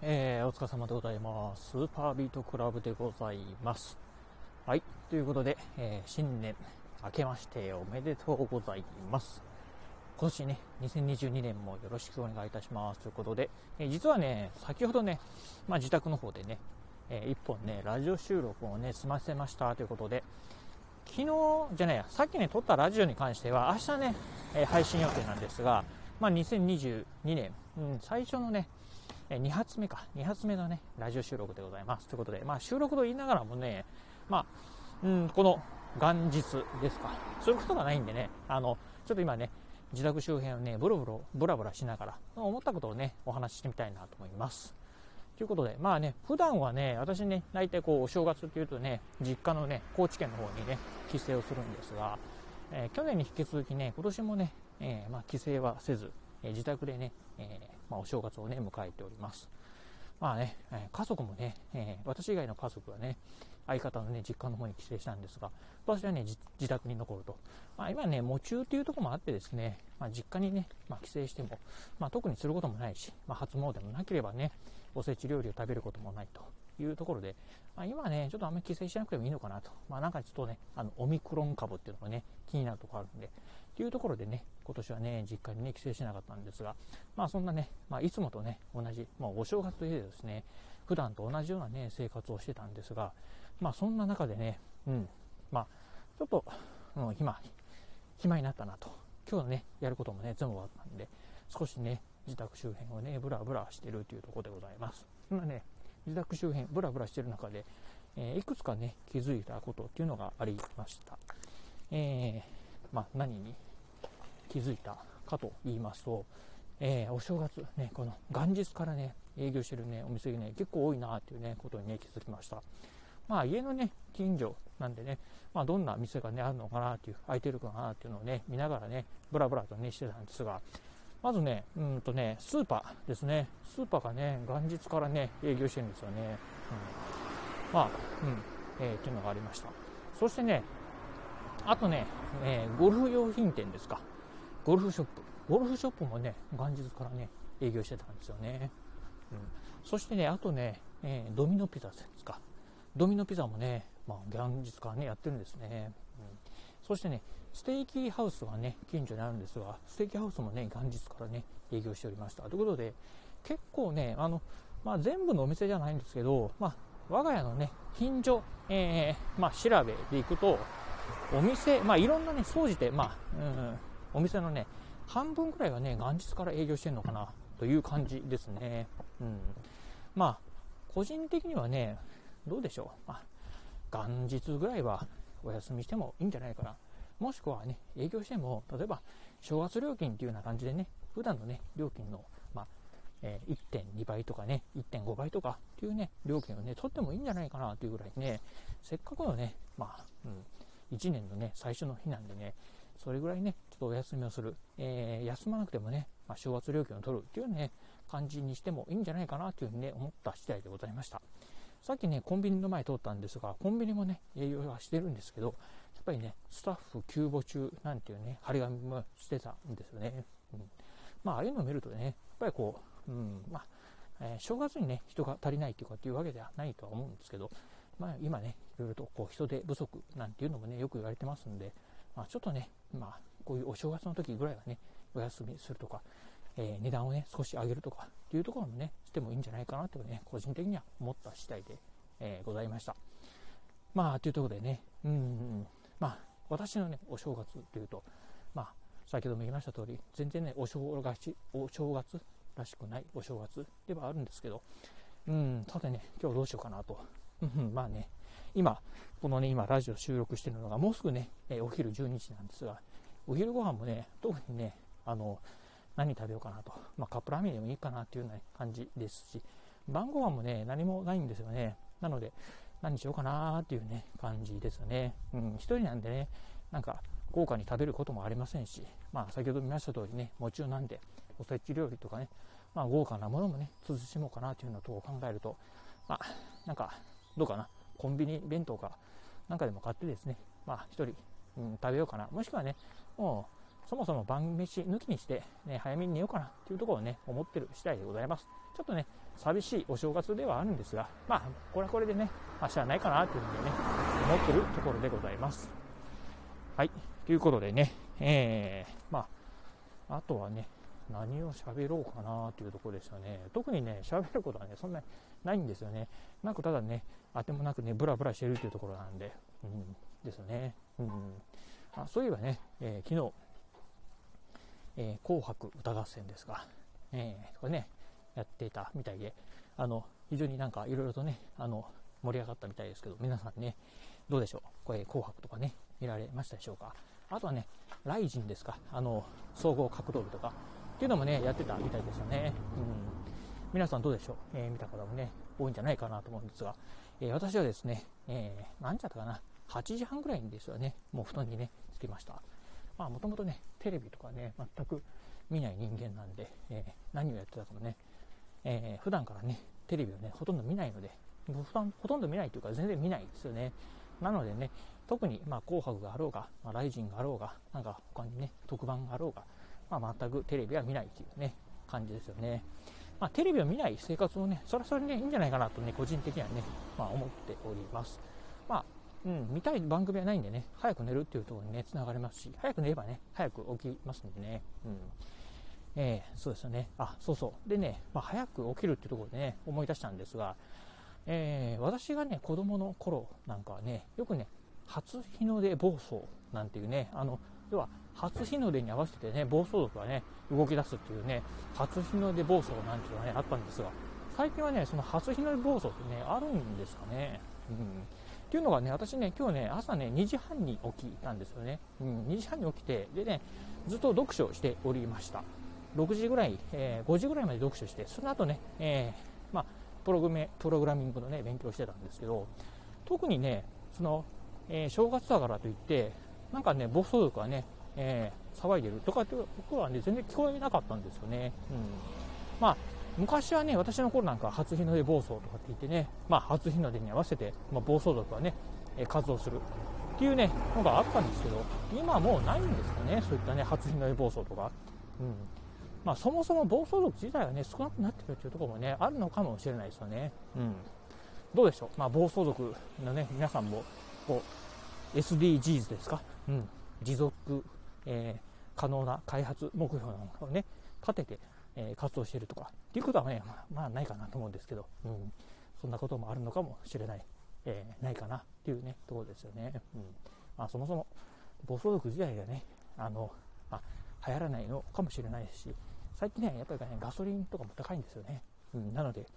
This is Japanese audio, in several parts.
お疲れ様でございます。スーパービートクラブでございます。はい、ということで、新年明けましておめでとうございます。今年ね、2022年もよろしくお願いいたしますということで、実はね、先ほどね、自宅の方でね、一本ね、ラジオ収録をね、済ませましたということで、昨日じゃないや、さっきね、撮ったラジオに関しては、明日ね、配信予定なんですが、2022年、最初のね、2発目のね、ラジオ収録でございます。ということで、収録と言いながらもね、この元日ですか。そういうことがないんでね、ちょっと今ね、自宅周辺をね、ブラブラしながら、思ったことをね、お話ししてみたいなと思います。ということで、普段はね、私ね、大体お正月っていうとね、実家のね、高知県の方にね、帰省をするんですが、去年に引き続きね、今年もね、帰省はせず、自宅でね、お正月をね、迎えております。家族もね、私以外の家族はね、相方のね、実家の方に帰省したんですが、私はね、自宅に残ると。今ね、喪中っていうところもあってですね、実家にね、帰省しても、特にすることもないし、初詣もなければね、おせち料理を食べることもないというところで、今ね、ちょっとあんまり帰省しなくてもいいのかなと。なんかちょっとね、オミクロン株っていうのがね、気になるところあるんで、というところでね、今年はね、実家にね、帰省しなかったんですが、そんなね、いつもとね、同じ、お正月といえですね、普段と同じようなね、生活をしてたんですが、そんな中でね、ちょっと、暇になったなと。今日のね、やることもね、全部終わったんで、少しね、自宅周辺をね、ブラブラしているというところでございます。そんなね、自宅周辺、ブラブラしている中で、いくつかね、気づいたことっていうのがありました。何に気づいたかと言いますと、お正月ね、この元日からね、営業してるね、お店がね、結構多いなっていうね、ことにね、気づきました。家のね、近所なんでね、どんな店がね、あるのかなっていう、空いてるかなっていうのをね、見ながらね、ブラブラとね、してたんですが、まずね、スーパーですね。スーパーがね、元日からね、営業してるんですよね。っていうのがありました。そしてね、あとね、ゴルフ用品店ですか。ゴルフショップもね、元日からね、営業してたんですよね。そしてね、あとね、ドミノピザですか。ドミノピザもね、元日からね、やってるんですね。そしてね、ステーキハウスがね、近所にあるんですが、ステーキハウスもね、元日からね、営業しておりました。ということで、結構ね、全部のお店じゃないんですけど、我が家のね、近所、調べでいくと、お店、いろんなね、総じて、お店のね、半分くらいはね、元日から営業してるのかな、という感じですね。個人的にはね、どうでしょう。元日ぐらいはお休みしてもいいんじゃないかな。もしくはね、営業しても、例えば、正月料金っていうような感じでね、普段のね、料金の、1.2 倍とかね、1.5 倍とかっていうね、料金をね、取ってもいいんじゃないかなというぐらいね、せっかくのね、1年のね、最初の日なんでね、それぐらいね、ちょっとお休みをする、休まなくてもね、正月料金を取るっていうね、感じにしてもいいんじゃないかなというふうにね、思った次第でございました。さっきね、コンビニの前通ったんですが、コンビニもね、営業はしてるんですけど、やっぱりね、スタッフ急募中なんていうね、張り紙もしてたんですよね。ああいうのを見るとね、やっぱり正月にね、人が足りないとかっていうわけではないとは思うんですけど、今ね、いろいろと人手不足なんていうのもね、よく言われてますんで、ちょっとね、こういうお正月の時ぐらいはね、お休みするとか、値段をね、少し上げるとかっていうところもね、してもいいんじゃないかなというね、個人的には思った次第で、ございました。というところでね、私のね、お正月というと、先ほども言いました通り、全然ね、お正月らしくないお正月ではあるんですけど、ただね、今日どうしようかなと。今ラジオ収録してるのがもうすぐね、お昼12時なんですが、お昼ご飯もね、特にね、何食べようかなと。カップラーメンでもいいかなっていうような感じですし、晩ご飯もね、何もないんですよね。なので、何しようかなっていうね、感じですよね。一人なんでね、なんか、豪華に食べることもありませんし、先ほど見ました通りね、もちろんなんで、おせち料理とかね、豪華なものもね、慎もうかなというのとを考えると、どうかな、コンビニ弁当か、なんかでも買ってですね、一人、食べようかな。もしくはね、もう、 そもそも晩飯抜きにして、ね、早めに寝ようかなというところをね、思ってる次第でございます。ちょっとね、寂しいお正月ではあるんですが、まあ、これはこれでね、しゃあないかなというふうにね、思ってるところでございます。はい、ということでね、あとはね、何を喋ろうかなというところですよね。特にね、喋ることはね、そんなにないんですよね。なんかただね、あてもなくね、ブラブラしてるというところなんで、ですよね。そういえばね、昨日、紅白歌合戦ですが、これね、やっていたみたいで、非常になんかいろいろとね、盛り上がったみたいですけど、皆さんね、どうでしょう、これ紅白とかね、見られましたでしょうか。あとはね、ライジンですか、総合格闘技とかっていうのもね、やってたみたいですよね。皆さんどうでしょう、見た方もね、多いんじゃないかなと思うんですが、私はですね、何時だったかな、8時半ぐらいにですよね、もう布団にね、つきました。もともとね、テレビとかね、全く見ない人間なんで、何をやってたかもね、普段からね、テレビをね、ほとんど見ないので、ほとんど見ないというか、全然見ないですよね。なのでね、特に、紅白があろうが、ライジンがあろうが、なんか他にね、特番があろうが、全くテレビは見ないというね、感じですよね。テレビを見ない生活もね、それはそれでね、いいんじゃないかなとね、個人的にはね、思っております。見たい番組はないんでね、早く寝るっていうところにね、つながりますし、早く寝ればね、早く起きますんでね。そうですよね。でね、早く起きるっていうところでね、思い出したんですが、私がね、子供の頃なんかはね、よくね、初日の出暴走なんていうね、要は初日の出に合わせてね、暴走族がね、動き出すっていうね、初日の出暴走なんていうのがね、あったんですが、最近はね、その初日の出暴走ってね、あるんですかね。っていうのがね、私ね、今日ね、朝ね、2時半に起きたんですよね。2時半に起きて、でね、ずっと読書しておりました。6時ぐらい、5時ぐらいまで読書して、その後ね、プログラミングのね、勉強してたんですけど、特にね、その、正月だからといって、なんかね、暴走族がね、騒いでるとかって僕はね、全然聞こえなかったんですよね。昔はね、私の頃なんか初日の出暴走とかって言ってね、初日の出に合わせて、暴走族がね、活動するっていうね、のがあったんですけど、今はもうないんですかね、そういったね、初日の出暴走とか。そもそも暴走族自体がね、少なくなってくるというところもね、あるのかもしれないですよね。どうでしょう、暴走族のね、皆さんも、こう、SDGs ですか、持続、可能な開発目標なんかをね、立てて、活動しているとかっていうことはね、ないかなと思うんですけど、そんなこともあるのかもしれない、ないかなっていうね、ところですよね。そもそも暴走族自体がね、流行らないのかもしれないですし、最近ね、やっぱりね、ガソリンとかも高いんですよね。なので、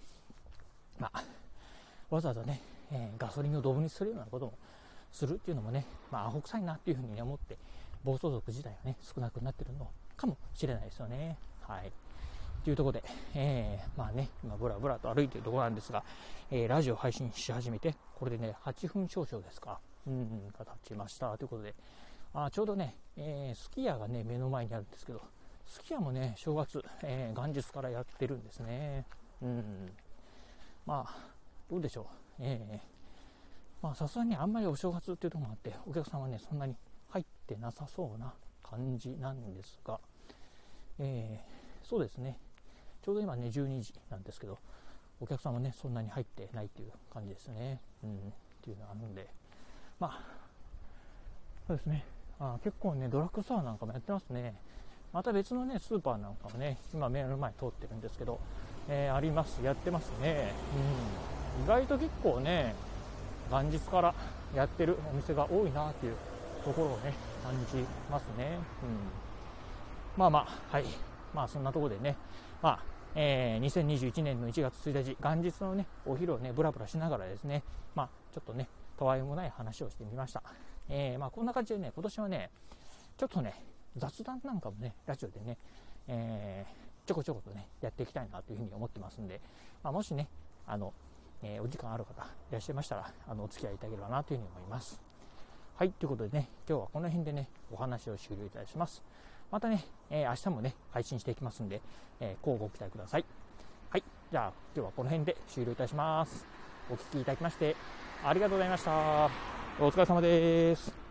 わざわざね、ガソリンをドブにするようなこともするっていうのもね、アホ臭いなっていうふうに思って、暴走族自体がね、少なくなってるのかもしれないですよね。というところで、今ブラブラと歩いているところなんですが、ラジオ配信し始めて、これでね、8分少々ですか、が経ちましたということで、ちょうどね、すき家がね、目の前にあるんですけど、すき家もね、正月、元日からやってるんですね。どうでしょう。さすがにあんまりお正月っていうところもあって、お客さんはね、そんなに入ってなさそうな感じなんですが、そうですね。ちょうど今ね、12時なんですけど、お客さんはね、そんなに入ってないっていう感じですね。っていうのがあるんで、そうですね。結構ね、ドラッグストアなんかもやってますね。また別のね、スーパーなんかもね、今目の前通ってるんですけど、あります、やってますね。意外と結構ね、元日からやってるお店が多いなっていうところをね、感じますね。はい。そんなところでね、2021年の1月1日、元日のね、お昼をね、ブラブラしながらですね、ちょっとね、たわいもない話をしてみました。こんな感じでね、今年はね、ちょっとね、雑談なんかもね、ラジオでね、ちょこちょことね、やっていきたいなというふうに思ってますんで、もしね、お時間ある方いらっしゃいましたら、お付き合いいただければなというふうに思います。はい、ということでね、今日はこの辺でね、お話を終了いたします。またね、明日もね、配信していきますんで、ご期待ください。はい、じゃあ今日はこの辺で終了いたします。お聞きいただきまして、ありがとうございました。お疲れ様です。